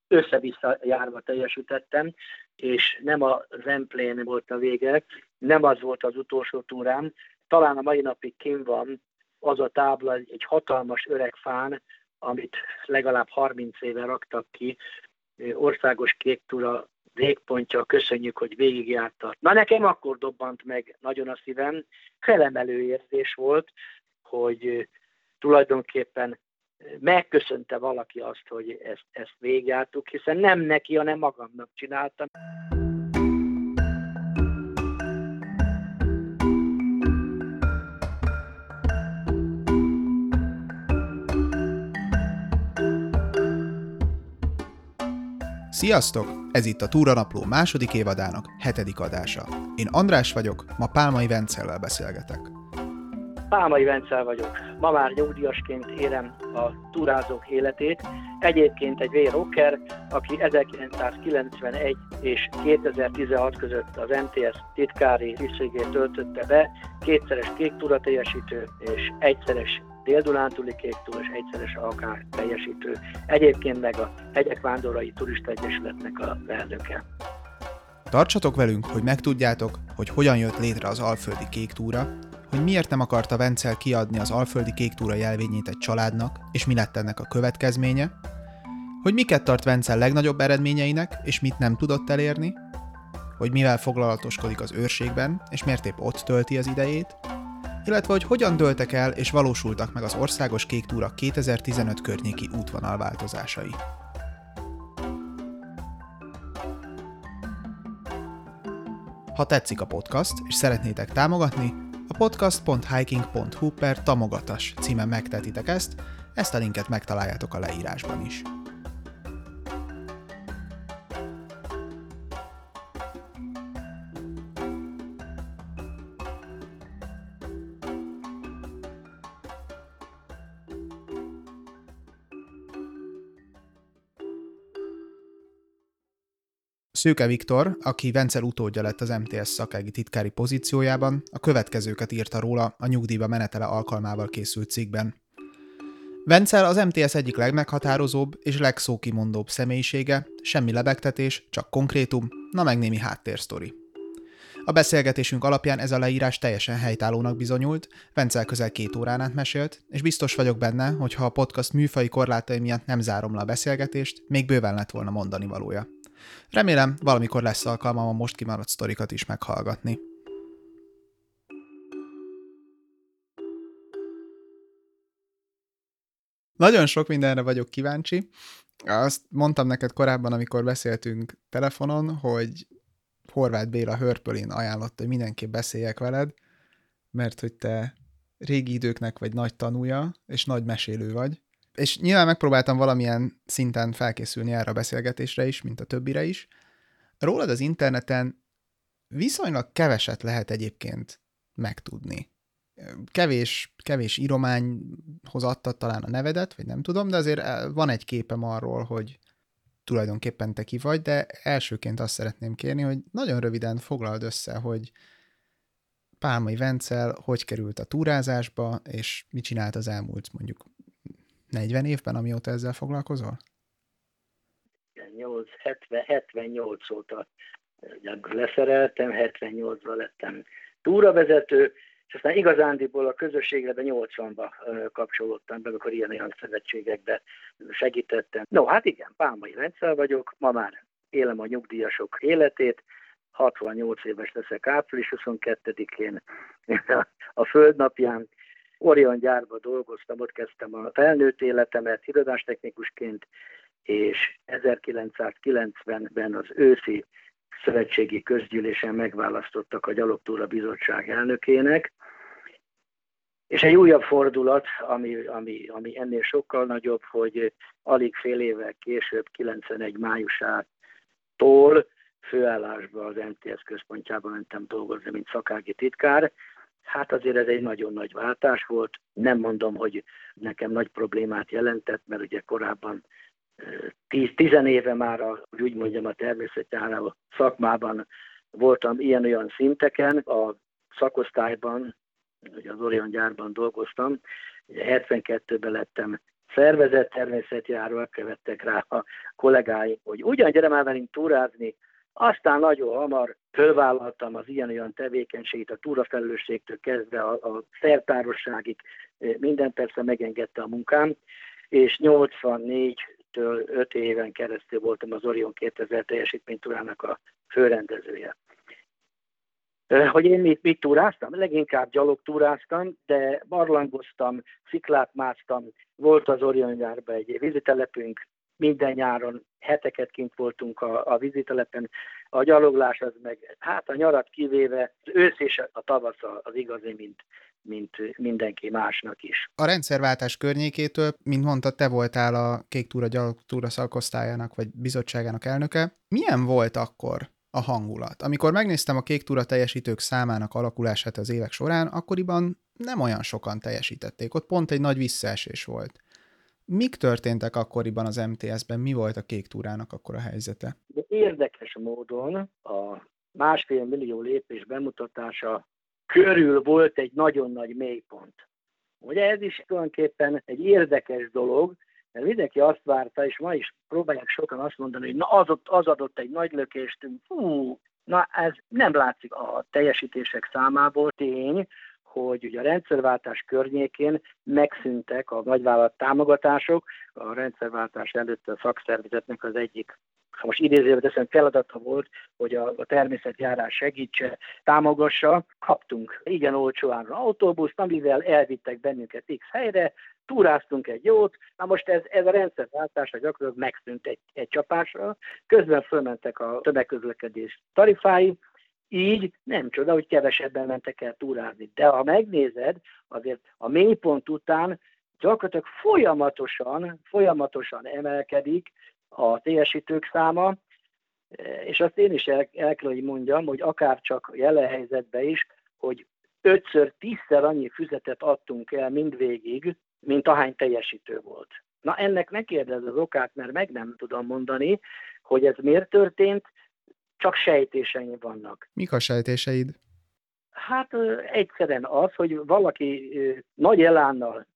össze-vissza járva teljesítettem, és nem a Zemplén volt a vége, nem az volt az utolsó túrám, talán a mai napig kint van az a tábla, egy hatalmas öreg fán, amit legalább 30 éve raktak ki, országos kék túra végpontja, köszönjük, hogy végigjárta. Na nekem akkor dobbant meg nagyon a szívem, felemelő érzés volt, hogy tulajdonképpen megköszönte valaki azt, hogy ezt végigjártuk, hiszen nem neki, hanem magamnak csináltam. Sziasztok! Ez itt a Túranapló második évadának 7. adása. Én András vagyok, ma Pálmai Vencellel beszélgetek. Pálmai Vencel vagyok. Ma már nyugdíjasként élem a túrázók életét. Egyébként egy V-rocker, aki 1991 és 2016 között az MTS titkári tisztségét töltötte be, kétszeres kék túra teljesítő és egyszeres Dél-Dunántúli kék túra és egyszeres AK teljesítő. Egyébként meg a Hegyek Vándorai Turista Egyesületnek a elnöke. Tartsatok velünk, hogy megtudjátok, hogy hogyan jött létre az Alföldi Kék Túra, hogy miért nem akarta Vencel kiadni az Alföldi Kék Túra jelvényét egy családnak, és mi lett ennek a következménye, hogy miket tart Vencel legnagyobb eredményeinek, és mit nem tudott elérni, hogy mivel foglalatoskodik az őrségben, és miért épp ott tölti az idejét, illetve hogy hogyan dőltek el és valósultak meg az Országos Kék Túra 2015 környéki útvonalváltozásai. Ha tetszik a podcast, és szeretnétek támogatni, a podcast.hiking.hu/tamogatás címen megtehetitek ezt a linket megtaláljátok a leírásban is. Szőke Viktor, aki Vencel utódja lett az MTS szakági titkári pozíciójában, a következőket írta róla a nyugdíjba menetele alkalmával készült cikkben. Vencel az MTS egyik legmeghatározóbb és legszókimondóbb személyisége, semmi lebegtetés, csak konkrétum, na meg némi háttérsztori. A beszélgetésünk alapján ez a leírás teljesen helytállónak bizonyult, Vencel közel 2 órán át mesélt, és biztos vagyok benne, hogy ha a podcast műfaji korlátai miatt nem zárom le a beszélgetést, még bőven lett volna mondani valója. Remélem, valamikor lesz alkalmam a most kimaradt sztorikat is meghallgatni. Nagyon sok mindenre vagyok kíváncsi. Azt mondtam neked korábban, amikor beszéltünk telefonon, hogy Horváth Béla Hörpölin ajánlott, hogy mindenképp beszéljek veled, mert hogy te régi időknek vagy nagy tanúja, és nagy mesélő vagy. És nyilván megpróbáltam valamilyen szinten felkészülni erre a beszélgetésre is, mint a többire is. Rólad az interneten viszonylag keveset lehet egyébként megtudni. Kevés írományhoz adtad talán a nevedet, vagy nem tudom, de azért van egy képem arról, hogy tulajdonképpen te ki vagy, de elsőként azt szeretném kérni, hogy nagyon röviden foglald össze, hogy Pálmai Vencel hogy került a túrázásba, és mit csinált az elmúlt mondjuk 40 évben, amióta ezzel foglalkozol? 78 óta leszereltem, 78-ban lettem túravezető, és aztán igazándiból a közösségre 80-ba kapcsolódtam be, amikor ilyen szövetségekbe segítettem. No, hát igen, Pálmai Vencel vagyok, ma már élem a nyugdíjasok életét, 68 éves leszek április 22-én a Földnapján. Orion gyárban dolgoztam, ott kezdtem a felnőtt életemet irodástechnikusként, és 1990-ben az őszi szövetségi közgyűlésen megválasztottak a Gyalogtúra Bizottság elnökének, és egy újabb fordulat, ami ennél sokkal nagyobb, hogy alig fél évvel később, 91 májusától főállásba az MTS központjában mentem dolgozni, mint szakági titkár. Hát azért ez egy nagyon nagy váltás volt. Nem mondom, hogy nekem nagy problémát jelentett, mert ugye korábban 10 éve már, hogy úgy mondjam, a természetjáró szakmában voltam ilyen-olyan szinteken. A szakosztályban, ugye az Orion gyárban dolgoztam, ugye 72-ben lettem szervezett természetjáró, követtek rá a kollégáim, hogy ugyan gyere már velünk túrázni, aztán nagyon hamar fölvállaltam az ilyen-olyan tevékenységét, a túrafelelősségtől kezdve a szertárosságig, minden persze megengedte a munkám, és 84-től 5 éven keresztül voltam az Orion 2000 teljesítménytúrának a főrendezője. Hogy én mit túráztam? Leginkább gyalogtúráztam, de barlangoztam, sziklát másztam, volt az Orion nyárban egy vízitelepünk, minden nyáron heteket kint voltunk a vízitelepen, a gyaloglás az meg, hát a nyarat kivéve, az ősz és a tavasz az igazi, mint mindenki másnak is. A rendszerváltás környékétől, mint mondta, te voltál a Kék Túra gyalogtúra szakosztályának vagy bizottságának elnöke. Milyen volt akkor a hangulat? Amikor megnéztem a Kék Túra teljesítők számának alakulását az évek során, akkoriban nem olyan sokan teljesítették. Ott pont egy nagy visszaesés volt. Mik történtek akkoriban az MTS-ben? Mi volt a Kék Túrának akkor a helyzete? De érdekes módon a 1,5 millió lépés bemutatása körül volt egy nagyon nagy mélypont. Ugye ez is tulajdonképpen egy érdekes dolog, mert mindenki azt várta, és ma is próbálják sokan azt mondani, hogy na az adott egy nagy lökést, na ez nem látszik a teljesítések számából. Tény, hogy ugye a rendszerváltás környékén megszűntek a nagyvállalat támogatások, a rendszerváltás előtt a szakszervezetnek az egyik, most idézőjelben teszem, feladata volt, hogy a természetjárás segítse, támogassa. Kaptunk igen olcsó áron autóbuszt, amivel elvittek bennünket X helyre, túráztunk egy jót, na most ez a rendszerváltásra gyakorlatilag megszűnt egy csapásra, közben fölmentek a tömegközlekedés tarifái, így nem csoda, hogy kevesebben mentek el túrázni. De ha megnézed, azért a mélypont után gyakorlatilag folyamatosan emelkedik a teljesítők száma, és azt én is el kell, hogy mondjam, hogy akár csak jelen helyzetben is, hogy 5-10-szer annyi füzetet adtunk el mindvégig, mint ahány teljesítő volt. Na ennek ne kérdezz az okát, mert meg nem tudom mondani, hogy ez miért történt, csak sejtéseim vannak. Mik a sejtéseid? Hát egyszerűen az, hogy valaki nagy elánnal,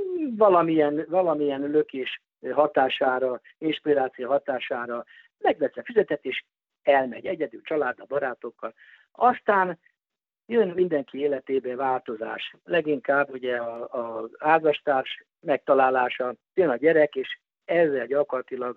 valamilyen lökés hatására, inspiráció hatására megvesz a füzetet, és elmegy egyedül, családdal, barátokkal. Aztán jön mindenki életébe változás. Leginkább ugye az házastárs megtalálása, jön a gyerek, és ezzel gyakorlatilag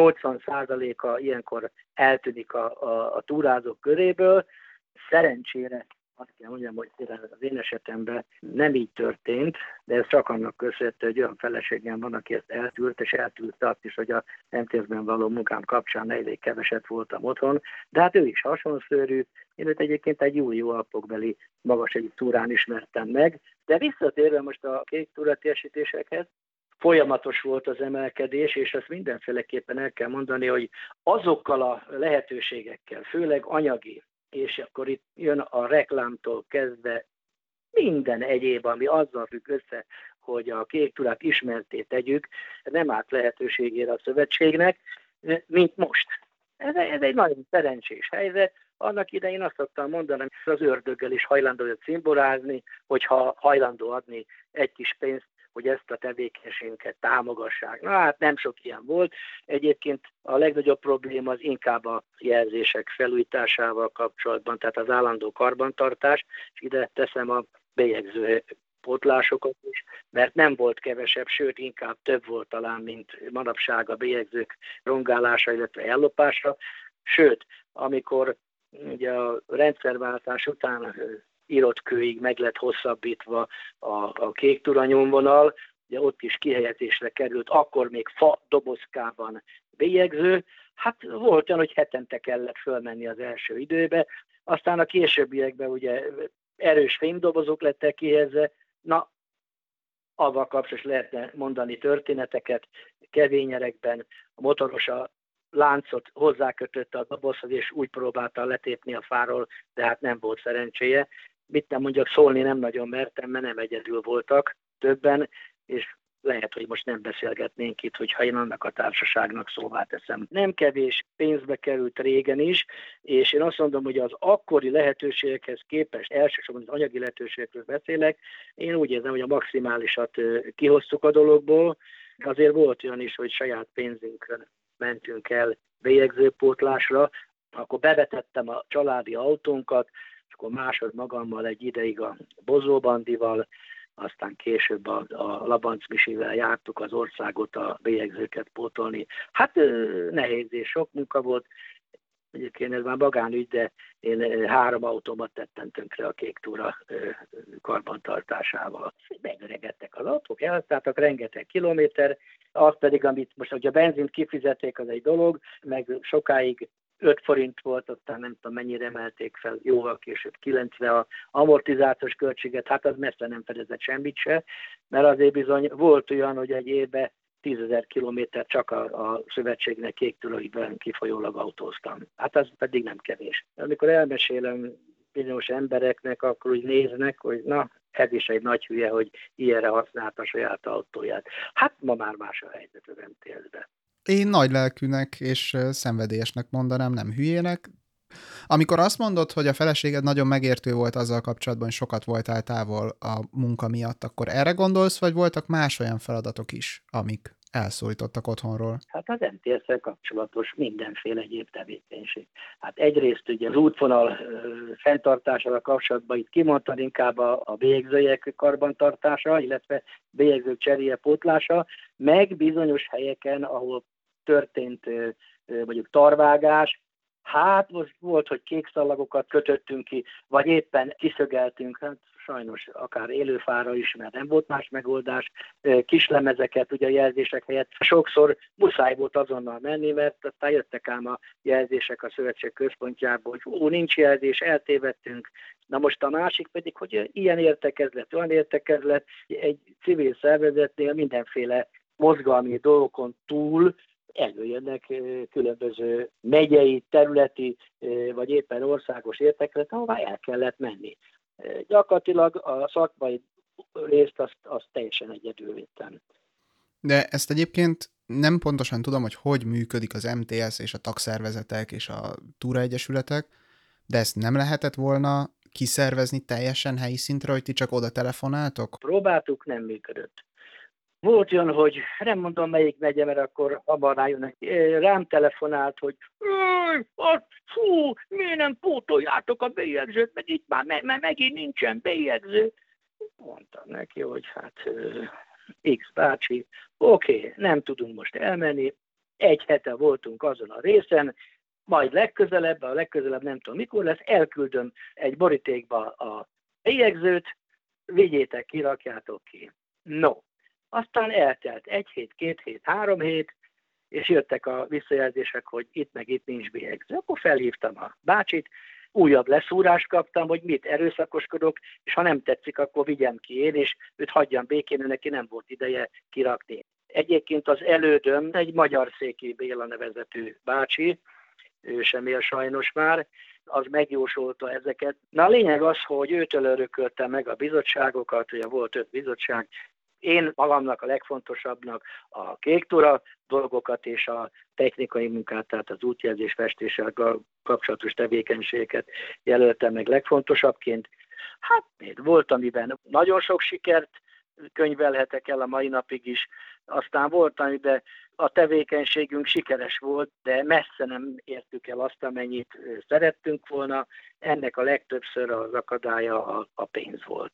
80%-a ilyenkor eltűnik a túrázók köréből. Szerencsére azt kell mondjam, hogy az én esetemben nem így történt, de ez csak annak köszönhető, hogy olyan feleségem van, aki ezt eltűrt, és eltűrte azt is, hogy a MTS-ben való munkám kapcsán elég keveset voltam otthon, de hát ő is hasonszőrű, én őt egyébként egy jó alpokbeli magas egyik túrán ismertem meg, de visszatérve most a Kék Túra teljesítésekhez, folyamatos volt az emelkedés, és ezt mindenféleképpen el kell mondani, hogy azokkal a lehetőségekkel, főleg anyagi, és akkor itt jön a reklámtól kezdve minden egyéb, ami azzal függ össze, hogy a Kék Túrát ismertté tegyük, nem állt lehetőségére a szövetségnek, mint most. Ez egy nagyon szerencsés helyzet. Annak idején azt szoktam mondani, hogy az ördöggel is hajlandó cimborázni, hogyha hajlandó adni egy kis pénzt, hogy ezt a tevékenységünket támogassák. Na hát nem sok ilyen volt. Egyébként a legnagyobb probléma az inkább a jelzések felújításával kapcsolatban, tehát az állandó karbantartás, és ide teszem a bélyegző pótlásokat is, mert nem volt kevesebb, sőt inkább több volt talán, mint manapság a bélyegzők rongálása, illetve ellopása. Sőt, amikor ugye a rendszerváltás után írott kőig meg lett hosszabbítva a Kék Túra nyomvonal, ugye ott is kihelyezésre került, akkor még fa dobozkában bélyegző, hát volt olyan, hogy hetente kellett fölmenni az első időbe, aztán a későbbiekben ugye erős fémdobozok lettek kihelyezve, na, avval kapcsolatban lehetne mondani történeteket, kevényerekben a motoros a láncot hozzákötötte a dobozhoz, és úgy próbálta letépni a fáról, de hát nem volt szerencséje. Mit nem mondjak, szólni nem nagyon mertem, mert nem egyedül voltak többen, és lehet, hogy most nem beszélgetnénk itt, hogyha én annak a társaságnak szóvá teszem. Nem kevés pénzbe került régen is, és én azt mondom, hogy az akkori lehetőségekhez képest, elsősorban az anyagi lehetőségekről beszélek, én úgy érzem, hogy a maximálisat kihoztuk a dologból, Azért volt olyan is, hogy saját pénzünkön mentünk el bélyegzőpótlásra, akkor bevetettem a családi autónkat, és akkor másod magammal egy ideig a Bozóbandival, aztán később a Labanc Misivel jártuk az országot a bélyegzőket pótolni. Hát nehéz és sok munka volt. Egyébként ez már magánügy, de én 3 autómat tettem tönkre a Kék Túra karbantartásával. Megöregedtek az autók, elszálltak rengeteg kilométer, az pedig, amit most, hogy a benzint kifizették, az egy dolog, meg sokáig 5 forint volt, aztán nem tudom mennyire emelték fel, jóval később 9-re a amortizációs költséget, hát az messze nem fedezett semmit se, mert azért bizony volt olyan, hogy egy évben 10 000 kilométer csak a szövetségnek Kék Túraiban kifolyólag autóztam. Hát az pedig nem kevés. Amikor elmesélem bizonyos embereknek, akkor úgy néznek, hogy na, ez is egy nagy hülye, hogy ilyenre használta a saját autóját. Hát ma már más a helyzet az MTS-ben. Én nagy lelkűnek és szenvedélyesnek mondanám, nem hülyének. Amikor azt mondod, hogy a feleséged nagyon megértő volt azzal kapcsolatban, hogy sokat voltál távol a munka miatt, akkor erre gondolsz, vagy voltak más olyan feladatok is, amik elszólítottak otthonról? Hát az MTS-szel kapcsolatos mindenféle egyéb tevékenység. Hát egyrészt ugye az útvonal fenntartásával kapcsolatban itt kimondtad inkább a bélyegzőjek karbantartása, illetve bélyegzők cseréje, pótlása, meg bizonyos helyeken, ahol történt mondjuk tarvágás, hát most volt, hogy kék szallagokat kötöttünk ki, vagy éppen kiszögeltünk, hát sajnos akár élőfára is, mert nem volt más megoldás, kislemezeket, ugye a jelzések helyett sokszor muszáj volt azonnal menni, mert aztán jöttek ám a jelzések a szövetség központjából, hogy nincs jelzés, eltévedtünk. Na most a másik pedig, hogy ilyen értekezlet, olyan értekezlet, egy civil szervezetnél mindenféle mozgalmi dolgokon túl előjönnek különböző megyei, területi, vagy éppen országos értekezlet, ahová el kellett menni. Gyakorlatilag a szakmai részt azt teljesen egyedül vittem. De ezt egyébként nem pontosan tudom, hogy működik az MTS és a tagszervezetek és a túraegyesületek, de ezt nem lehetett volna kiszervezni teljesen helyi szintre, hogy ti csak oda telefonáltok? Próbáltuk, nem működött. Volt olyan, hogy nem mondom melyik megye, mert akkor abban rájönnek. Rám telefonált, hogy fú, miért nem pótoljátok a bélyegzőt, meg itt már megint nincsen bélyegző. Mondtam neki, hogy hát X bácsi, oké, nem tudunk most elmenni, 1 hete voltunk azon a részen, majd legközelebb nem tudom mikor lesz, elküldöm egy borítékba a bélyegzőt, vigyétek ki, rakjátok ki. No. Aztán eltelt 1 hét, 2 hét, 3 hét, és jöttek a visszajelzések, hogy itt meg itt nincs bélyegző. Akkor felhívtam a bácsit, újabb leszúrást kaptam, hogy mit erőszakoskodok, és ha nem tetszik, akkor vigyem ki én, és őt hagyjam békén, neki nem volt ideje kirakni. Egyébként az elődöm egy Magyar Széki Béla nevezetű bácsi, ő sem él sajnos már, az megjósolta ezeket. Na a lényeg az, hogy őtől örököltem meg a bizottságokat, ugye volt 5 bizottság, én magamnak a legfontosabbnak a Kék Túra dolgokat és a technikai munkát, tehát az útjelzés festéssel kapcsolatos tevékenységeket jelöltem meg legfontosabbként. Hát volt, amiben nagyon sok sikert könyvelhetek el a mai napig is, aztán volt, amiben a tevékenységünk sikeres volt, de messze nem értük el azt, amennyit szerettünk volna. Ennek a legtöbbször az akadálya a pénz volt.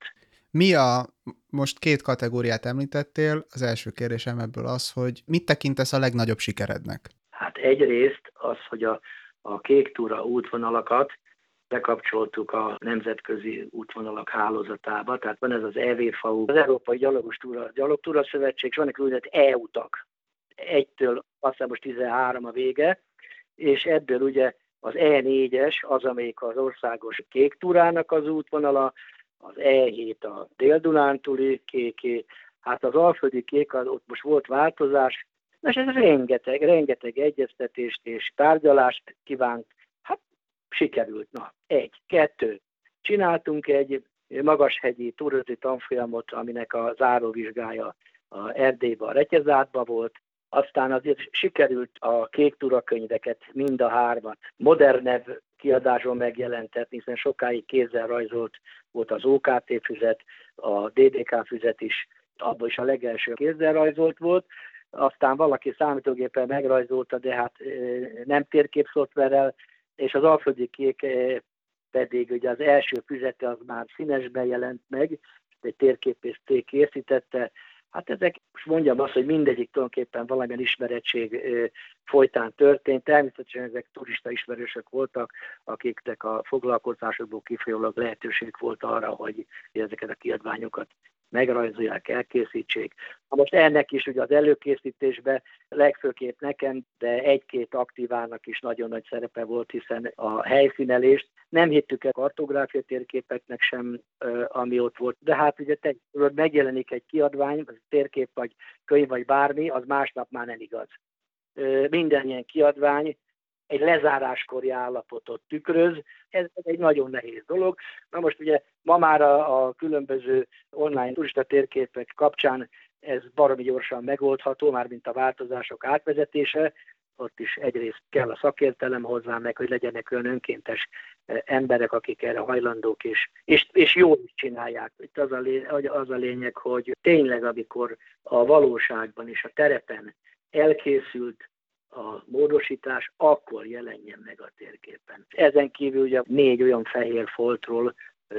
Most 2 kategóriát említettél, az első kérdésem ebből az, hogy mit tekintesz a legnagyobb sikerednek? Hát egyrészt az, hogy a Kék Túra útvonalakat bekapcsoltuk a nemzetközi útvonalak hálózatába, tehát van ez az EVFAU, az Európai Gyalogtúra Szövetség, és vannak úgynevezett E-utak. 1-től azt hiszem most 13 a vége, és ebből ugye az E4-es, az, amelyik az országos Kék Túrának az útvonala, az E7 a Dél-Dunántúli kéké, hát az alföldi kék, ott most volt változás, és ez rengeteg egyeztetést és tárgyalást kívánt, hát sikerült, 1, 2, csináltunk egy magashegyi túrázati tanfolyamot, aminek a záróvizsgája a Erdélyben, a Retyezátban volt, aztán azért sikerült a Kék Túra könyveket, mind a 3-at modernebb kiadáson megjelentetni, hiszen sokáig kézzel rajzolt volt az OKT füzet, a DDK füzet is, abban is a legelső kézzel rajzolt volt, aztán valaki számítógéppel megrajzolta, de hát nem térképszoftverrel, és az Alföldi Kék pedig ugye az első füzete az már színesben jelent meg, egy térképész cég készítette. Hát ezek, most mondjam azt, hogy mindegyik tulajdonképpen valamilyen ismerettség folytán történt. Természetesen ezek turista ismerősök voltak, akiknek a foglalkozásokból kifolyólag lehetőség volt arra, hogy ezeket a kiadványokat megrajzolják, elkészítsék. Na most ennek is ugye az előkészítésben legfőképp nekem, de egy-két aktívának is nagyon nagy szerepe volt, hiszen a helyszínelést nem hittük el kartográfia térképeknek sem, ami ott volt. De hát ugye megjelenik egy kiadvány, az térkép vagy könyv vagy bármi, az másnap már nem igaz. Minden ilyen kiadvány egy lezáráskori állapotot tükröz, ez egy nagyon nehéz dolog. Na most ugye ma már a különböző online turista térképek kapcsán ez baromi gyorsan megoldható, mármint a változások átvezetése, ott is egyrészt kell a szakértelem hozzá, meg hogy legyenek olyan önkéntes emberek, akik erre hajlandók, és jól is csinálják. Itt az a lényeg, hogy tényleg, amikor a valóságban és a terepen elkészült a módosítás, akkor jelenjen meg a térképen. Ezen kívül ugye 4 olyan fehér foltról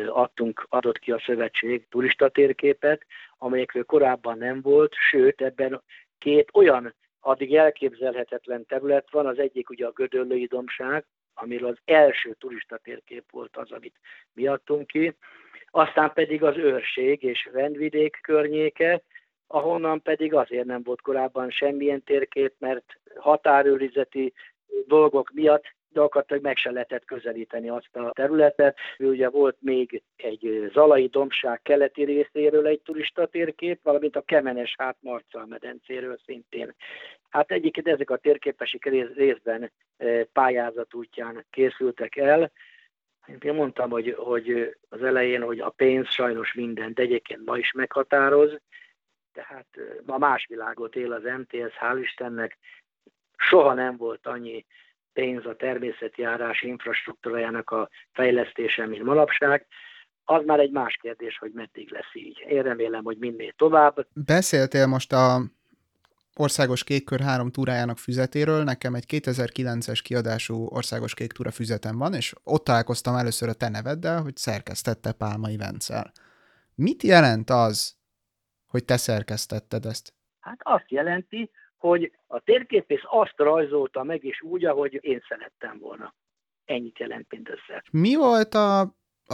adott ki a szövetség turista térképet, amelyekről korábban nem volt, sőt ebben 2 olyan addig elképzelhetetlen terület van, az egyik ugye a Gödöllői dombság, amiről az első turista térkép volt az, amit mi adtunk ki, aztán pedig az Őrség és Vendvidék környéke, ahonnan pedig azért nem volt korábban semmilyen térkép, mert határőrizeti dolgok miatt gyakorlatilag meg se lehetett közelíteni azt a területet. Ugye volt még egy Zalai dombság keleti részéről egy turista térkép, valamint a Kemenes-Hát Marcal medencéről szintén. Hát egyiket ezek a térképesek részben pályázat útján készültek el. Én mondtam, hogy az elején, hogy a pénz sajnos mindent egyébként ma is meghatároz, tehát ma más világot él az MTS, hál' Istennek, soha nem volt annyi pénz a természetjárás infrastruktúrájának a fejlesztése, mint manapság. Az már egy más kérdés, hogy meddig lesz így. Én remélem, hogy minél tovább. Beszéltél most a Országos Kék Kör 3 túrájának füzetéről, nekem egy 2009-es kiadású Országos Kék túra füzetem van, és ott találkoztam először a te neveddel, hogy szerkesztette Pálmai Vencel. Mit jelent az, hogy te szerkesztetted ezt? Hát azt jelenti, hogy a térképész azt rajzolta meg, és úgy, ahogy én szerettem volna. Ennyit jelent mindössze. Mi volt a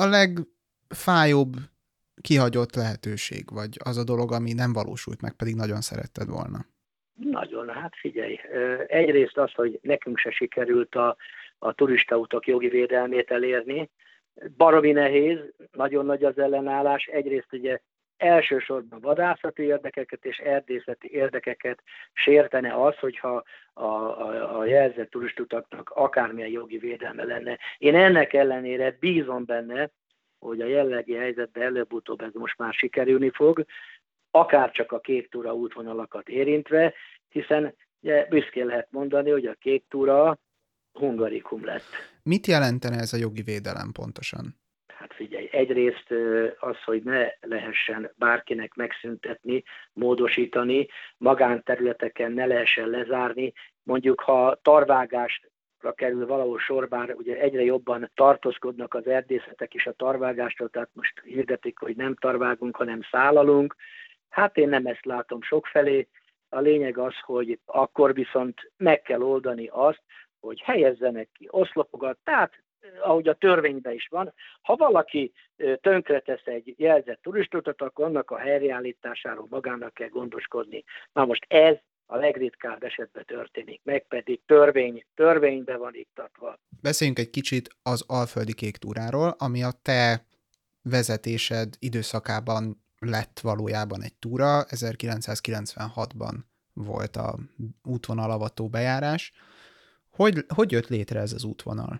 legfájóbb kihagyott lehetőség, vagy az a dolog, ami nem valósult meg, pedig nagyon szeretted volna? Nagyon, hát figyelj. Egyrészt az, hogy nekünk se sikerült a turistautak jogi védelmét elérni. Baromi nehéz, nagyon nagy az ellenállás. Egyrészt ugye elsősorban vadászati érdekeket és erdészeti érdekeket sértene az, hogyha a jelzett turistutaknak akármilyen jogi védelme lenne. Én ennek ellenére bízom benne, hogy a jelenlegi helyzetben előbb-utóbb ez most már sikerülni fog, akár csak a kék túra útvonalakat érintve, hiszen ugye, büszkén lehet mondani, hogy a kék túra hungarikum lett. Mit jelentene ez a jogi védelem pontosan? Hát figyelj, egyrészt az, hogy ne lehessen bárkinek megszüntetni, módosítani, magánterületeken ne lehessen lezárni, mondjuk ha tarvágásra kerül valahol sor, bár ugye egyre jobban tartózkodnak az erdészetek is a tarvágástól, tehát most hirdetik, hogy nem tarvágunk, hanem szállalunk. Hát én nem ezt látom sokfelé. A lényeg az, hogy akkor viszont meg kell oldani azt, hogy helyezzenek ki oszlopokat, tehát ahogy a törvényben is van, ha valaki tönkretesz egy jelzett turistutat, akkor annak a helyreállításáról magának kell gondoskodni. Na most ez a legritkább esetben történik, meg pedig törvényben van iktatva. Beszéljünk egy kicsit az Alföldi Kék túráról, ami a te vezetésed időszakában lett valójában egy túra, 1996-ban volt a útvonalavató bejárás. Hogy jött létre ez az útvonal?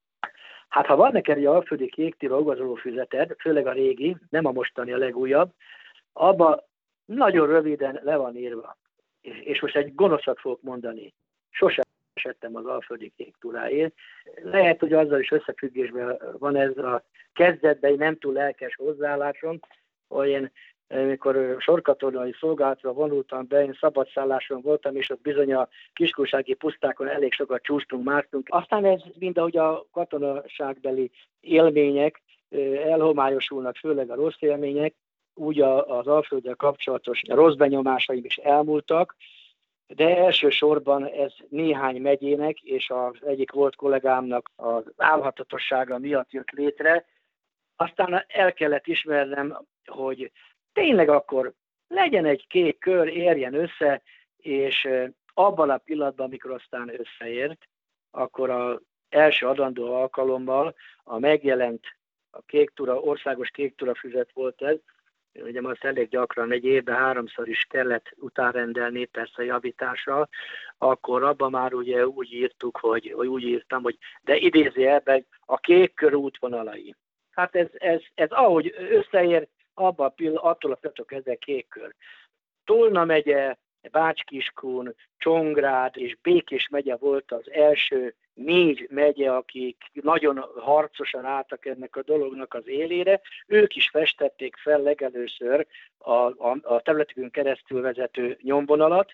Hát ha van neked egy Alföldi Kék túra igazoló füzeted, főleg a régi, nem a mostani, a legújabb, abba nagyon röviden le van írva. És most egy gonoszat fogok mondani. Sosem esettem az Alföldi Kék túráért. Lehet, hogy azzal is összefüggésben van ez a kezdetben nem túl lelkes hozzáállásom, hogy én amikor sorkatonai szolgálatra vonultam be, én szabadszálláson voltam, és ott bizony a kiskunsági pusztákon elég sokat csúsztunk, másztunk. Aztán ez mind ahogy a katonaságbeli élmények elhomályosulnak, főleg a rossz élmények, úgy az Alfölddel kapcsolatos rossz benyomásaim is elmúltak, de elsősorban ez néhány megyének és az egyik volt kollégámnak az álhatatossága miatt jött létre. Aztán el kellett ismernem, hogy tényleg akkor legyen egy kék kör, érjen össze, és abban a pillanatban, amikor aztán összeért, akkor az első adandó alkalommal a megjelent a kék tura, országos kék tura füzet volt ez, ugye azt elég gyakran, egy évben 3-szor is kellett utánrendelni, persze javítással, akkor abban már ugye úgy írtuk, hogy úgy írtam, hogy de idézőjelben a kék kör útvonalai. Hát ez ahogy összeér, abban a pillanatban, attól a pillanattól kezdve kék kör. Tolna megye, Bács-Kiskun, Csongrád és Békés megye volt az első 4 megye, akik nagyon harcosan álltak ennek a dolognak az élére. Ők is festették fel legelőször a területükön keresztül vezető nyomvonalat.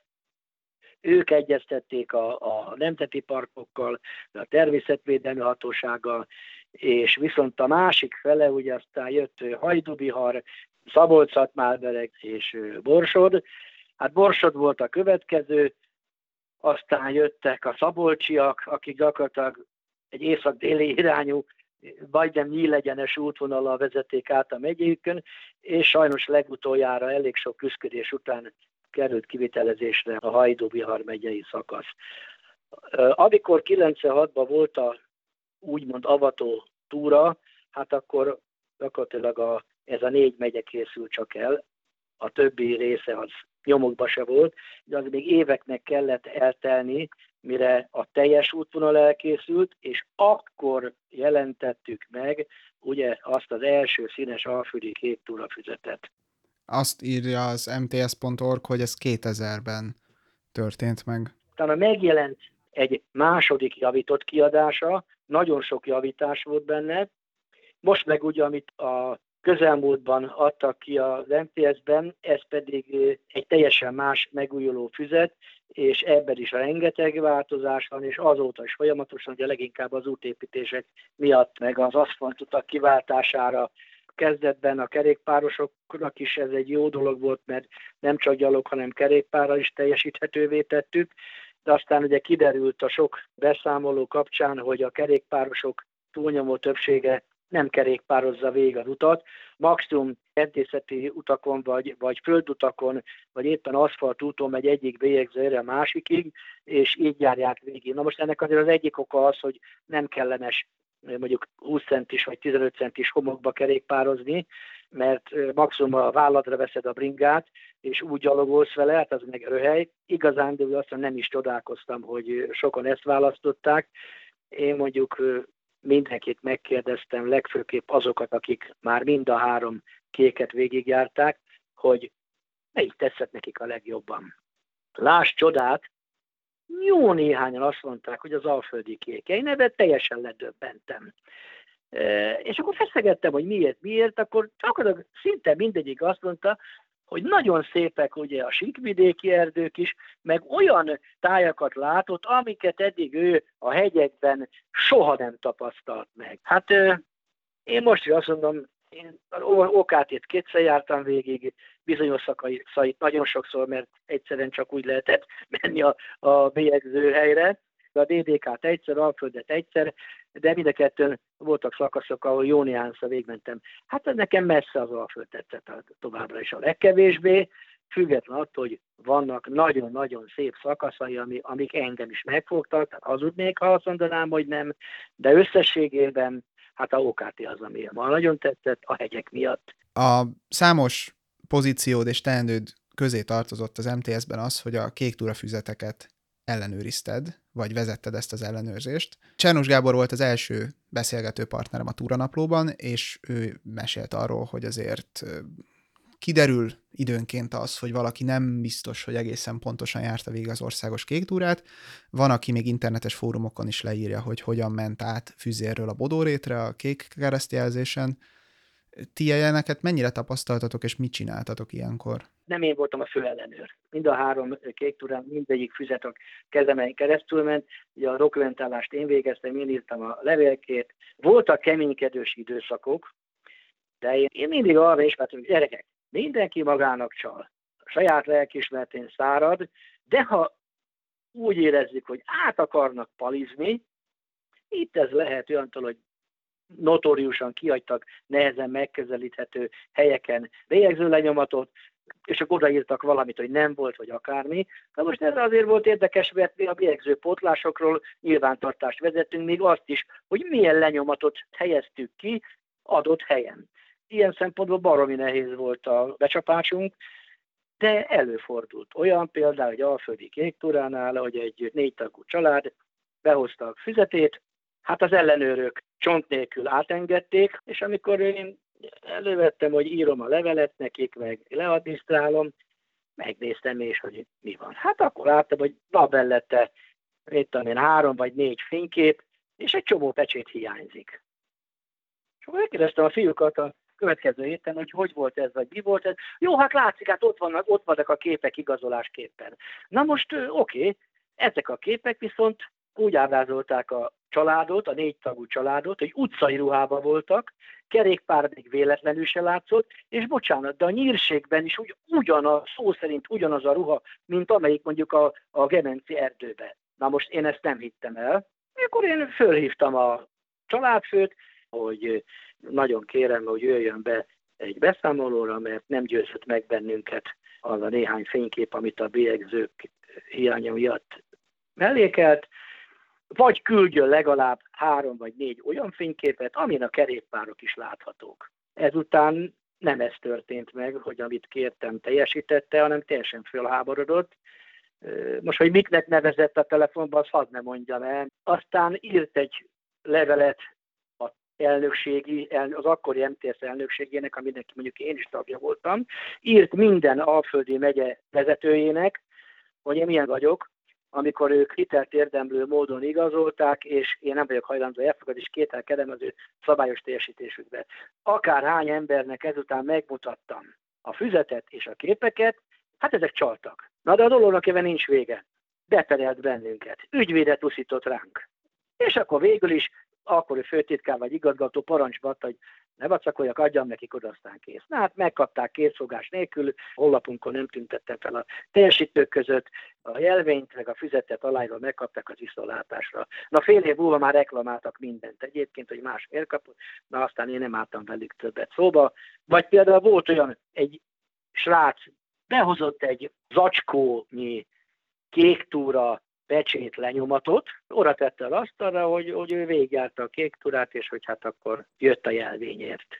Ők egyeztették a nemzeti parkokkal, a természetvédelmi hatósággal, és viszont a másik fele, ugye aztán jött Hajdubihar, Szabolcs-Szatmár-Bereg és Borsod. Hát Borsod volt a következő, aztán jöttek a szabolcsiak, akik gyakorlatilag egy észak-déli irányú, majdnem nyílegyenes útvonallal vezették át a megyékön, és sajnos legutoljára elég sok küszködés után került kivitelezésre a Hajdú-Bihar megyei szakasz. Amikor 96-ban volt a úgymond avató túra, hát akkor gyakorlatilag ez a 4 megye készült csak el, a többi része az nyomokba se volt, de az még éveknek kellett eltelni, mire a teljes útvonal elkészült, és akkor jelentettük meg ugye azt az első színes alföldi kék túrafüzetet. Azt írja az mts.org, hogy ez 2000-ben történt meg. Utána megjelent egy második javított kiadása, nagyon sok javítás volt benne. Most meg ugye, amit a közelmúltban adtak ki az MTS-ben, ez pedig egy teljesen más megújuló füzet, és ebben is rengeteg változás van, és azóta is folyamatosan, ugye leginkább az útépítések miatt, meg az aszfaltutak kiváltására kezdetben a kerékpárosoknak is ez egy jó dolog volt, mert nem csak gyalog, hanem kerékpárral is teljesíthetővé tettük, de aztán ugye kiderült a sok beszámoló kapcsán, hogy a kerékpárosok túlnyomó többsége nem kerékpározza végig az utat, maximum erdészeti utakon, vagy földutakon, vagy éppen aszfaltúton megy egyik bélyegzőre a másikig, és így járják végig. Na most ennek azért az egyik oka az, hogy nem kellemes mondjuk 20 centis vagy 15 centis homokba kerékpározni, mert maximum a válladra veszed a bringát, és úgy gyalogolsz vele, hát az meg röhely. Igazán, de aztán nem is csodálkoztam, hogy sokan ezt választották. Én mondjuk mindenkit megkérdeztem, legfőképp azokat, akik már mind a 3 kéket végigjárták, hogy melyik tetszett nekik a legjobban. Láss csodát, jó néhányan azt mondták, hogy az alföldi kék. Én ebben teljesen ledöbbentem. És akkor feszegettem, hogy miért, akkor csak szinte mindegyik azt mondta, hogy nagyon szépek ugye a síkvidéki erdők is, meg olyan tájakat látott, amiket eddig ő a hegyekben soha nem tapasztalt meg. Hát én most is azt mondom, én Okátét 2-szer jártam végig, bizonyos szakaszait nagyon sokszor, mert egyszerűen csak úgy lehetett menni a bélyegző helyre, a DDK-t egyszer, Alföldet egyszer, de mind a kettőn voltak szakaszok, ahol jó néhányszor végigmentem. Hát ez nekem messze az Alföld tetszett továbbra is a legkevésbé, független attól, hogy vannak nagyon-nagyon szép szakaszai, amik engem is megfogtak, tehát hazudnék, ha azt mondanám, hogy nem, de összességében hát a OKT az, ami ma nagyon tetszett a hegyek miatt. A számos pozíciód és teendőd közé tartozott az MTS-ben az, hogy a kék túrafüzeteket ellenőrizted, vagy vezetted ezt az ellenőrzést. Csernus Gábor volt az első beszélgető partnerem a túranaplóban, és ő mesélt arról, hogy azért kiderül időnként az, hogy valaki nem biztos, hogy egészen pontosan járta végig az országos kék túrát. Van, aki még internetes fórumokon is leírja, hogy hogyan ment át Füzérről a Bodórétre a kék keresztjelzésen, Ti ilyeneket mennyire tapasztaltatok, és mit csináltatok ilyenkor? Nem én voltam a főellenőr. Mind a 3 kék túrán mindegyik füzet a kezemen keresztül ment. Ugye a dokumentálást én végeztem, én írtam a levélkét. Voltak keménykedős időszakok, de én mindig arra ismertem, hogy gyerekek, mindenki magának csal. A saját lelkiismeretén szárad, de ha úgy érezzük, hogy át akarnak palizni, itt ez lehet olyantól, hogy notóriusan kihagytak nehezen megközelíthető helyeken bélyegző lenyomatot, és akkor odaírtak valamit, hogy nem volt, vagy akármi. Na most ez azért volt érdekes, mert mi a bélyegző pótlásokról nyilvántartást vezettünk, még azt is, hogy milyen lenyomatot helyeztük ki adott helyen. Ilyen szempontból baromi nehéz volt a becsapásunk, de előfordult olyan például, hogy Alföldi Kék Túránál, hogy egy 4 tagú család behozta a füzetét, hát az ellenőrök csont nélkül átengedték, és amikor én elővettem, hogy írom a levelet nekik, meg leadminisztrálom, megnéztem és hogy mi van. Hát akkor láttam, hogy mellette, 3 vagy 4 fénykép, és egy csomó pecsét hiányzik. És akkor megkérdeztem a fiúkat a következő héten, hogy volt ez, vagy mi volt ez. Jó, hát látszik, hát ott vannak a képek igazolásképpen. Na most oké, ezek a képek viszont úgy ábrázolták a családot, a 4 tagú családot, hogy utcai ruhában voltak, kerékpár még véletlenül se látszott, és bocsánat, de a nyírségben is szó szerint ugyanaz a ruha, mint amelyik mondjuk a Gemenci erdőbe. Na most én ezt nem hittem el. Akkor én fölhívtam a családfőt, hogy nagyon kérem, hogy jöjjön be egy beszámolóra, mert nem győzött meg bennünket az a néhány fénykép, amit a bélyegzők hiánya miatt mellékelt, vagy küldjön legalább 3 vagy 4 olyan fényképet, amin a kerékpárok is láthatók. Ezután nem ez történt meg, hogy amit kértem teljesítette, hanem teljesen fölháborodott. Most, hogy miknek nevezett a telefonban, azt hadd ne mondjam el. Aztán írt egy levelet az akkori MTS elnökségének, aminek mondjuk én is tagja voltam, írt minden Alföldi megye vezetőjének, hogy én milyen vagyok, amikor ők hitelt érdemlő módon igazolták, és én nem vagyok hajlandó elfogadni, és kételkedem az ő szabályos teljesítésükbe. Akárhány embernek ezután megmutattam a füzetet és a képeket, hát ezek csaltak. Na de a dolognak éve nincs vége. Beterelt bennünket. Ügyvédet uszított ránk. És akkor végül is akkori főtitkár vagy igazgató parancsba adta, hogy ne vacakoljak, adjam nekik oda, aztán kész. Na hát megkapták készfogás nélkül, honlapunkon nem tüntettem fel a teljesítők között, a jelvényt, meg a füzetet aláírva megkapták az viszontlátásra. Na fél év múlva már reklamáltak mindent egyébként, hogy más miért kapott, na aztán én nem álltam velük többet szóba. Vagy például volt olyan, egy srác behozott egy zacskónyi kék túra pecsét lenyomatot, oda tette az asztalra, hogy ő végigjárta a kék túrát, és hogy hát akkor jött a jelvényért.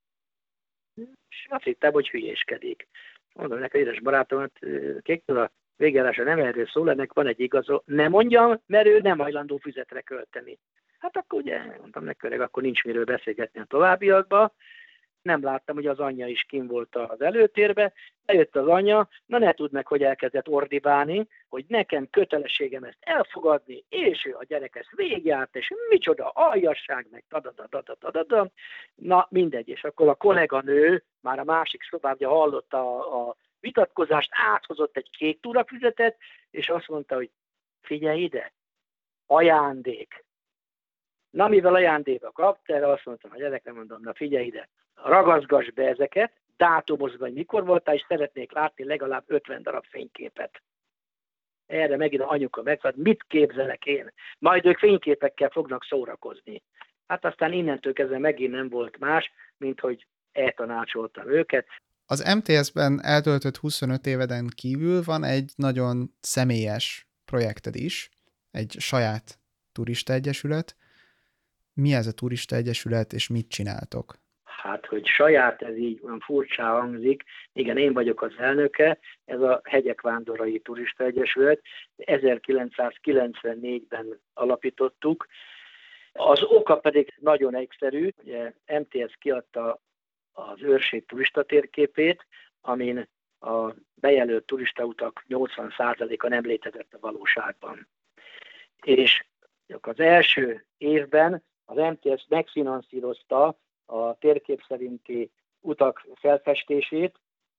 És azt hittem, hogy hülyéskedik. Mondom neki, édes barátomat, kék túra végjárása nem erről szól, ennek van egy igazol. Ne mondjam, mert ő nem hajlandó füzetre költeni. Hát akkor ugye, mondtam neki, akkor nincs miről beszélgetni a továbbiakban. Nem láttam, hogy az anyja is kim volt az előtérbe. Bejött az anyja, na ne tudd meg, hogy elkezdett ordibálni, hogy nekem kötelességem ezt elfogadni, és ő a gyerek ezt végigjárt, és micsoda aljasság, meg tadadadadadadada. Na mindegy, és akkor a kolléganő már a másik szobában hallotta a vitatkozást, áthozott egy kék túrafüzetet, és azt mondta, hogy figyelj ide, ajándék. Na, mivel ajándékba kapta, erre azt mondtam a gyerekre, mondom, na figyelj ide, ragaszgass be ezeket, dátumozd, hogy mikor voltál, és szeretnék látni legalább 50 darab fényképet. Erre megint anyuka megfogad, mit képzelek én? Majd ők fényképekkel fognak szórakozni. Hát aztán innentől kezdve megint nem volt más, mint hogy eltanácsoltam őket. Az MTS-ben eltöltött 25 éveden kívül van egy nagyon személyes projekted is, egy saját turistaegyesület. Mi ez a turistaegyesület, és mit csináltok? Hát, hogy saját, ez így olyan furcsán hangzik. Igen, én vagyok az elnöke, ez a Hegyek Vándorai Turistaegyesület. 1994-ben alapítottuk. Az oka pedig nagyon egyszerű, ugye MTS kiadta az őrség turistatérképét, amin a bejelölt turistautak 80%-a nem létezett a valóságban. És az első évben az MTS megfinanszírozta a térkép szerinti utak felfestését,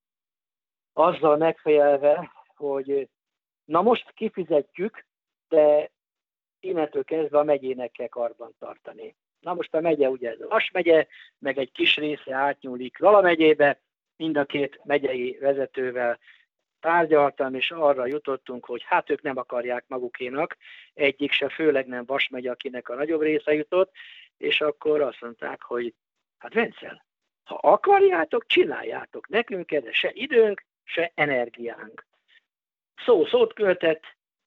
azzal megfejelve, hogy na most kifizetjük, de innentől kezdve a megyének kell karban tartani. Na most a megye ugye ez a Vas megye, meg egy kis része átnyúlik Zala megyébe, mind a két megyei vezetővel tárgyaltam, és arra jutottunk, hogy hát ők nem akarják magukénak, egyik se, főleg nem Vas megye, akinek a nagyobb része jutott, és akkor azt mondták, hogy hát Vencel, ha akarjátok, csináljátok, nekünk erre se időnk, se energiánk. Szót költett,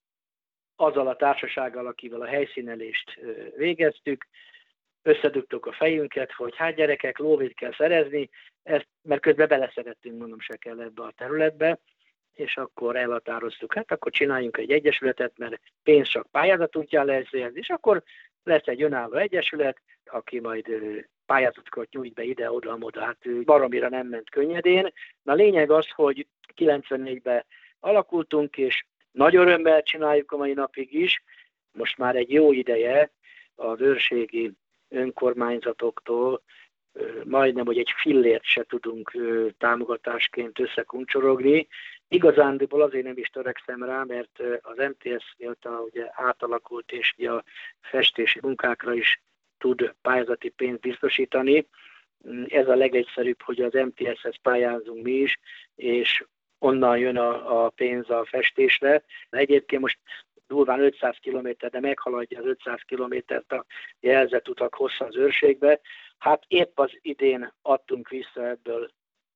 azzal a társasággal, akivel a helyszínelést végeztük, összedugtuk a fejünket, hogy hát gyerekek, lóvét kell szerezni, ezt, mert közben beleszerettünk, mondom, se kell ebbe a területbe, és akkor elhatároztuk, hát akkor csináljunk egy egyesületet, mert pénz csak pályázat útján lesz, és akkor lesz egy önálló egyesület, aki majd pályázatokat nyújt be ide-oda, hát baromira nem ment könnyedén. Na lényeg az, hogy 94-ben alakultunk, és nagy örömmel csináljuk a mai napig is. Most már egy jó ideje az őrségi önkormányzatoktól majdnem, hogy egy fillért se tudunk támogatásként összekuncsorogni. Igazándiból azért nem is törekszem rá, mert az MTS mióta ugye átalakult, és ugye a festési munkákra is tud pályázati pénzt biztosítani. Ez a legegyszerűbb, hogy az MTS-hez pályázunk mi is, és onnan jön a pénz a festésre. Egyébként most durván 500 km, de meghaladja az 500 kilométert a jelzett utak hossza az őrségbe. Hát épp az idén adtunk vissza ebből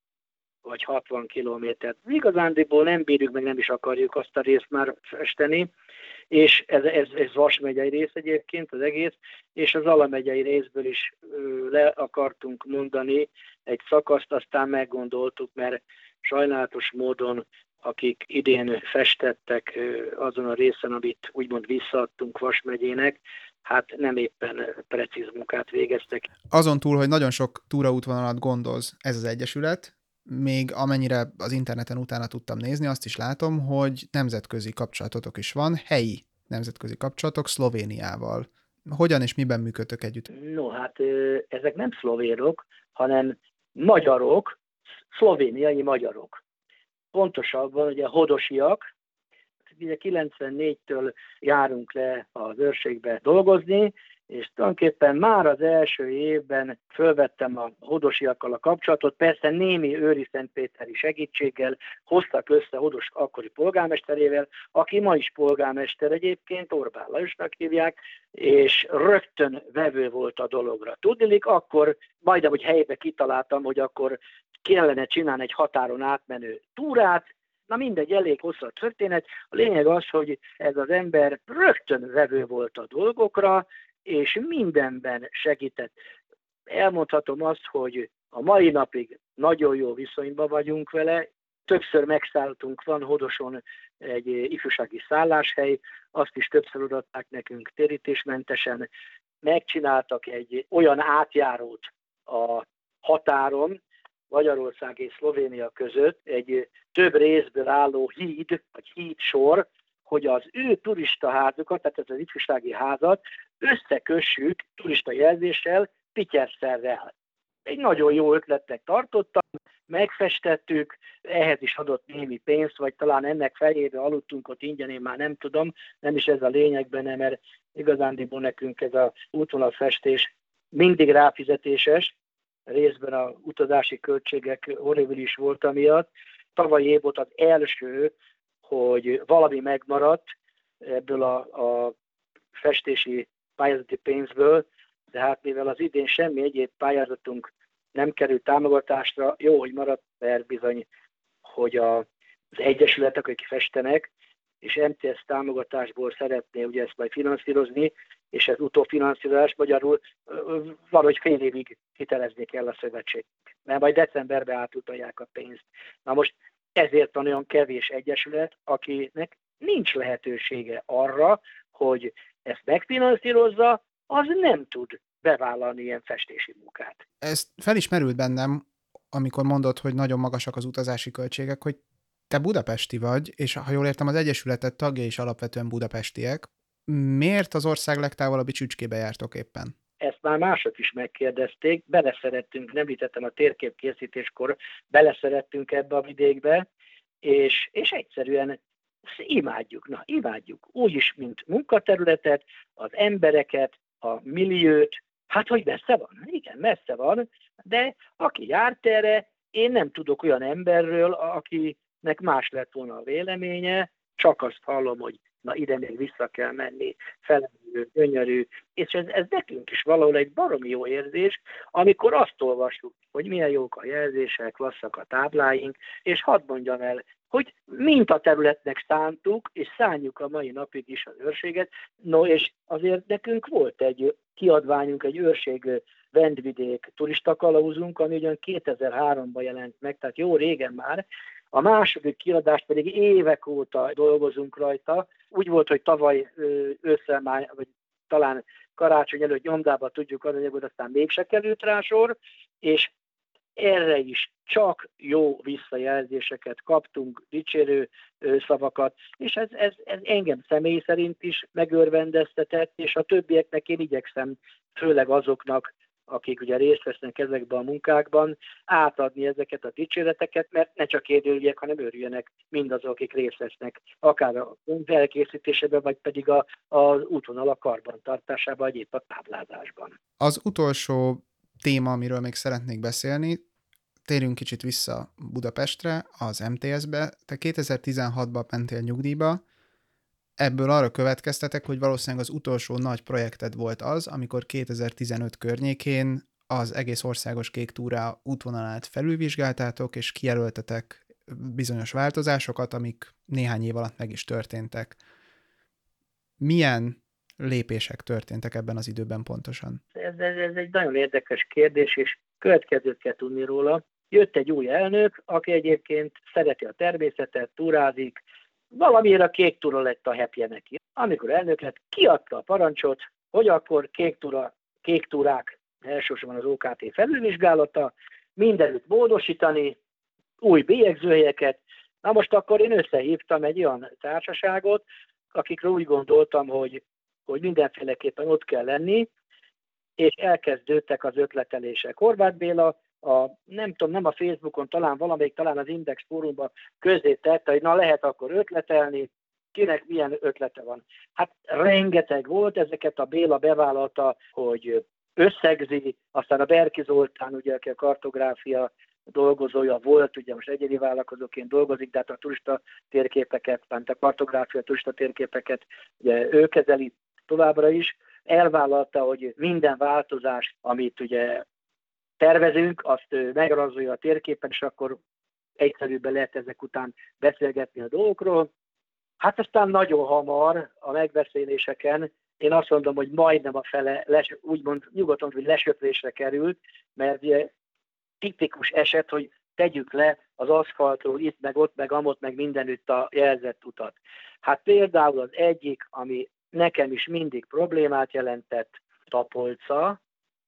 vagy 60 kilométert. Igazándiból nem bírjuk, meg nem is akarjuk azt a részt már festeni, és ez Vas megyei rész egyébként az egész, és az Zala megyei részből is le akartunk mondani egy szakaszt, aztán meggondoltuk, mert sajnálatos módon, akik idén festettek azon a részen, amit úgymond visszaadtunk Vas megyének, hát nem éppen precíz munkát végeztek. Azon túl, hogy nagyon sok túraútvonalat gondoz ez az egyesület, még amennyire az interneten utána tudtam nézni, azt is látom, hogy nemzetközi kapcsolatotok is van, helyi nemzetközi kapcsolatok Szlovéniával. Hogyan és miben működtök együtt? No, hát ezek nem szlovénok, hanem magyarok, szlovéniai magyarok. Pontosabban ugye hodosiak. Ugye 94-től járunk le az őrségbe dolgozni, és tulajdonképpen már az első évben fölvettem a hodosiakkal a kapcsolatot, persze némi őri szentpéteri segítséggel hoztak össze Hodos akkori polgármesterével, aki ma is polgármester egyébként, Orbán Lajosnak hívják, és rögtön vevő volt a dologra. Tudniillik, akkor majdnem, hogy helybe kitaláltam, hogy akkor kellene csinálni egy határon átmenő túrát. Na mindegy, elég hosszú a történet. A lényeg az, hogy ez az ember rögtön vevő volt a dolgokra, és mindenben segített. Elmondhatom azt, hogy a mai napig nagyon jó viszonyban vagyunk vele. Többször megszálltunk, van Hodoson egy ifjúsági szálláshely, azt is többször odaadták nekünk térítésmentesen. Megcsináltak egy olyan átjárót a határon, Magyarország és Szlovénia között, egy több részből álló híd, vagy hídsor, hogy az ő turistaházukat, tehát ez az ifjúsági házat összekössük turista jelzéssel, Pityerszerrel. Egy nagyon jó ötletnek tartottam, megfestettük, ehhez is adott némi pénzt, vagy talán ennek fejébe aludtunk ott ingyen, én már nem tudom, nem is ez a lényeg benne, mert igazándiból nekünk ez a útvonalfestés mindig ráfizetéses, részben a utazási költségek horribilis volt amiatt. Tavalyi év volt az első, hogy valami megmaradt ebből a festési pályázati pénzből, de hát mivel az idén semmi egyéb pályázatunk nem került támogatásra, jó, hogy maradt, mert bizony, hogy az egyesületek, akik festenek, és MTS támogatásból szeretné ugye ezt majd finanszírozni, és ez utófinanszírozás, magyarul valahogy fél évig hitelezni kell a szövetség, mert majd decemberben átutalják a pénzt. Na most ezért van olyan kevés egyesület, akinek nincs lehetősége arra, hogy ezt megfinanszírozza, az nem tud bevállalni ilyen festési munkát. Ez felismerült bennem, amikor mondod, hogy nagyon magasak az utazási költségek, hogy te budapesti vagy, és ha jól értem, az egyesületet tagjai is alapvetően budapestiek. Miért az ország legtávolabbi csücskébe jártok éppen? Ezt azt már mások is megkérdezték, beleszerettünk, nem említettem a térképkészítéskor, beleszerettünk ebbe a vidékbe, és egyszerűen imádjuk. Úgy is, mint munkaterületet, az embereket, a milliót, hát hogy messze van? Igen, messze van, de aki járt erre, én nem tudok olyan emberről, akinek más lett volna a véleménye, csak azt hallom, hogy na ide még vissza kell menni, felemelő, gyönyörű, és ez nekünk is valahol egy baromi jó érzés, amikor azt olvasjuk, hogy milyen jók a jelzések, lasszak a tábláink, és hadd mondjam el, hogy mintaterületnek szántuk, és szánjuk a mai napig is az őrséget. No, és azért nekünk volt egy kiadványunk, egy őrség Vendvidék turistakalauzunk, ami ugyan 2003-ban jelent meg, tehát jó régen már. A második kiadást pedig évek óta dolgozunk rajta. Úgy volt, hogy tavaly ősszel már, vagy talán karácsony előtt nyomdába tudjuk adni, hogy aztán mégse került rá sor, és erre is csak jó visszajelzéseket kaptunk, dicsérő szavakat, és ez engem személy szerint is megörvendeztetett, és a többieknek én igyekszem, főleg azoknak, akik ugye részt vesznek ezekben a munkákban, átadni ezeket a dicséreteket, mert ne csak érdeljék, hanem örüljenek mindazok, akik részt vesznek, akár a elkészítésében, vagy pedig az útvonalak karbantartásában, vagy épp a táblázásban. Az utolsó téma, amiről még szeretnék beszélni, térjünk kicsit vissza Budapestre, az MTS-be. Te 2016-ban mentél nyugdíjba, ebből arra következtetek, hogy valószínűleg az utolsó nagy projekted volt az, amikor 2015 környékén az egész országos kék túra útvonalát felülvizsgáltátok, és kijelöltetek bizonyos változásokat, amik néhány év alatt meg is történtek. Milyen lépések történtek ebben az időben pontosan? Ez egy nagyon érdekes kérdés, és következőt kell tudni róla. Jött egy új elnök, aki egyébként szereti a természetet, túrázik, valamiért a kék túra lett a happy neki. Amikor elnök lett, kiadta a parancsot, hogy akkor kék túrák, elsősorban az OKT felülvizsgálata, mindenütt módosítani, új bélyegzőhelyeket. Na most akkor én összehívtam egy olyan társaságot, akikről úgy gondoltam, hogy mindenféleképpen ott kell lenni, és elkezdődtek az ötletelések. Horváth Béla, nem a Facebookon, talán az Index fórumban közzétette, hogy na lehet akkor ötletelni, kinek milyen ötlete van. Hát rengeteg volt, ezeket a Béla bevállalta, hogy összegzi, aztán a Berki Zoltán, ugye, aki a kartográfia dolgozója volt, ugye most egyéni vállalkozóként dolgozik, de hát a turista térképeket, a kartográfia turista térképeket ugye, ő kezeli továbbra is. Elvállalta, hogy minden változás, amit ugye tervezünk, azt megrajzolja a térképen, és akkor egyszerűbben lehet ezek után beszélgetni a dolgokról. Hát aztán nagyon hamar a megbeszéléseken én azt mondom, hogy majdnem a fele, úgymond nyugodtan, hogy lesöprésre került, mert ugye tipikus eset, hogy tegyük le az aszfaltról itt, meg ott, meg amott, meg mindenütt a jelzett utat. Hát például az egyik, ami nekem is mindig problémát jelentett, Tapolca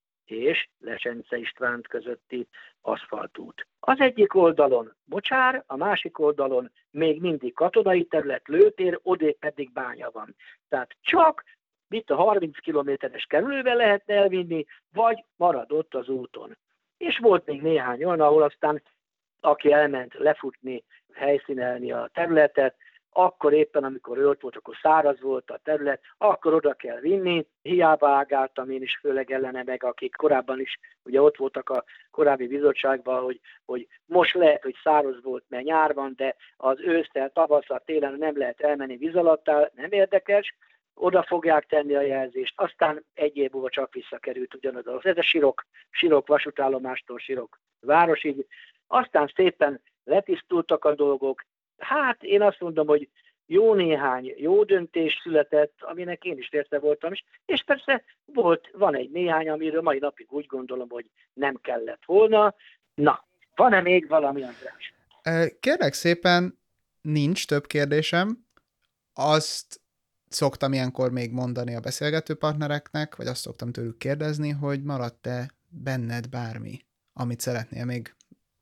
és Lesence Istvánt közötti aszfaltút. Az egyik oldalon mocsár, a másik oldalon még mindig katonai terület, lőtér, odébb pedig bánya van. Tehát csak itt a 30 kilométeres kerülővel lehetne elvinni, vagy maradott az úton. És volt még néhány olyan, ahol aztán aki elment lefutni, helyszínelni a területet, akkor éppen, amikor ő ott volt, akkor száraz volt a terület, akkor oda kell vinni. Hiába ágáltam én is főleg ellene meg, akik korábban is ugye ott voltak a korábbi bizottságban, hogy most lehet, hogy száraz volt, mert nyár van, de az ősszel, tavasszal, télen nem lehet elmenni víz alattá, nem érdekes, oda fogják tenni a jelzést, aztán egy év múlva csak visszakerült ugyanoda. Ez a Sirok vasútállomástól Sirok városig. Aztán szépen letisztultak a dolgok. Hát én azt mondom, hogy jó néhány jó döntés született, aminek én is része voltam is, és persze van egy néhány, amiről mai napig úgy gondolom, hogy nem kellett volna. Na, van-e még valami, András? Kérlek szépen, nincs több kérdésem. Azt szoktam ilyenkor még mondani a beszélgető partnereknek, vagy azt szoktam tőlük kérdezni, hogy maradt-e benned bármi, amit szeretnél még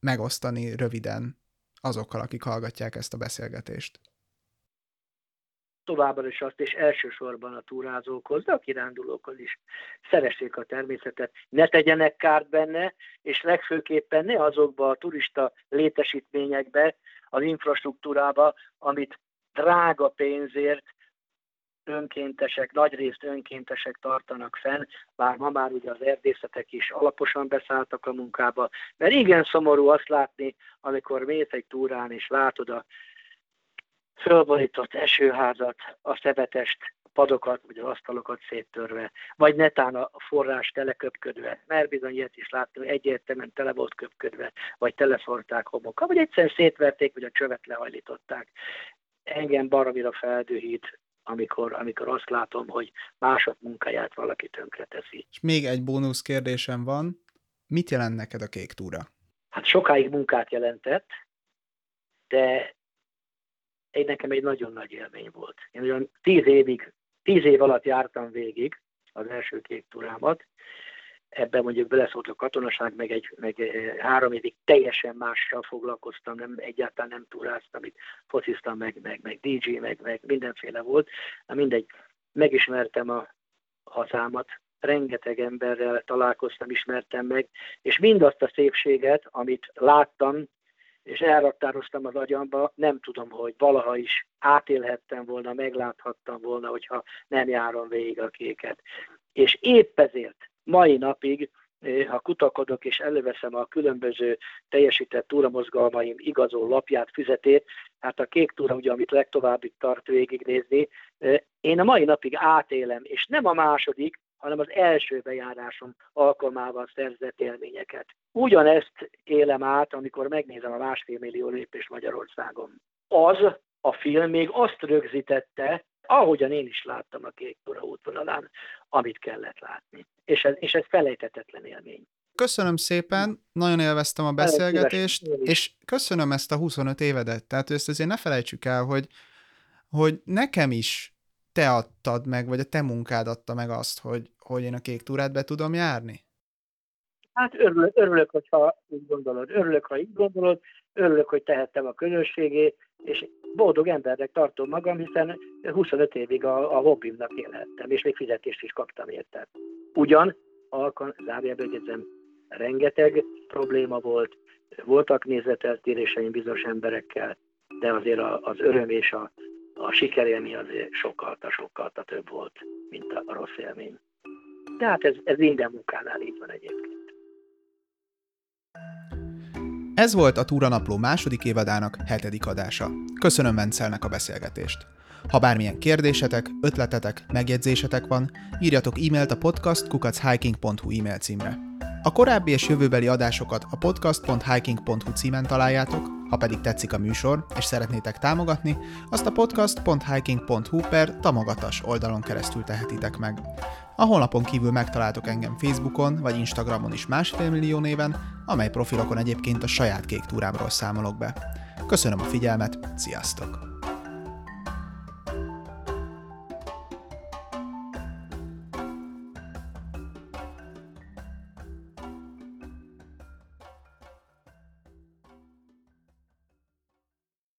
megosztani röviden azokkal, akik hallgatják ezt a beszélgetést. továbbra is azt, és elsősorban a túrázókhoz, de a kirándulókhoz is szeressék a természetet, ne tegyenek kárt benne, és legfőképpen ne azokba a turista létesítményekbe, az infrastruktúrába, amit drága pénzért önkéntesek, nagyrészt önkéntesek tartanak fenn, bár ma már ugye az erdészetek is alaposan beszálltak a munkába, mert igen szomorú azt látni, amikor mész egy túrán, és látod a fölborított esőházat, a szemetest, padokat, vagy az asztalokat széttörve, vagy netán a forrás teleköpködve, mert bizony ilyet is láttam, hogy egyértelműen tele volt köpködve, vagy teleszorták homokkal, vagy egyszerűen szétverték, vagy a csövet lehajlították. Engem baromira feldühít, amikor azt látom, hogy mások munkáját valaki tönkreteszi. És még egy bónusz kérdésem van, mit jelent neked a kék túra? Hát sokáig munkát jelentett, de nekem egy nagyon nagy élmény volt. Én olyan 10 év alatt jártam végig az első kék túrámat, ebben mondjuk beleszólt a katonaság, meg 3 évig teljesen mással foglalkoztam, egyáltalán nem túráztam, itt fociztam, meg DJ, meg mindenféle volt. Na mindegy, megismertem a hazámat, rengeteg emberrel találkoztam, ismertem meg, és mindazt a szépséget, amit láttam, és elraktároztam az agyamba, nem tudom, hogy valaha is átélhettem volna, megláthattam volna, hogyha nem járom végig a kéket. És épp ezért mai napig, ha kutakodok és előveszem a különböző teljesített túramozgalmaim igazoló lapját, füzetét, hát a kék túra, ugye, amit legtovábbig tart végignézni, én a mai napig átélem, és nem a második, hanem az első bejárásom alkalmával szerzett élményeket. Ugyanezt élem át, amikor megnézem a 1,5 millió lépést Magyarországon. Az a film még azt rögzítette, ahogyan én is láttam a kék túra útvonalán, amit kellett látni. És ez felejthetetlen élmény. Köszönöm szépen, nagyon élveztem a beszélgetést, és köszönöm ezt a 25 évedet. Tehát ezt azért ne felejtsük el, hogy nekem is te adtad meg, vagy a te munkád adta meg azt, hogy én a kék túrát be tudom járni. Hát örülök, hogyha így gondolod. Örülök, hogy tehettem a közönségé, és boldog embernek tartom magam, hiszen 25 évig a hobbimnak élhettem, és még fizetést is kaptam érte. Ugyan, zárójelbe jegyzem, rengeteg probléma volt, voltak nézeteltéréseim bizonyos emberekkel, de azért az öröm és a sikerélmény azért sokkal több volt, mint a rossz élmény. Tehát ez minden munkánál így van egyébként. Ez volt a Túranapló második évadának 7. adása. Köszönöm Mencelnek a beszélgetést. Ha bármilyen kérdésetek, ötletetek, megjegyzésetek van, írjatok e-mailt a podcast@hiking.hu e-mail címre. A korábbi és jövőbeli adásokat a podcast.hiking.hu címen találjátok, ha pedig tetszik a műsor és szeretnétek támogatni, azt a podcast.hiking.hu/támogatás oldalon keresztül tehetitek meg. A honlapon kívül megtaláltok engem Facebookon vagy Instagramon is 1,5 millió néven, amely profilokon egyébként a saját kék túrámról számolok be. Köszönöm a figyelmet, sziasztok!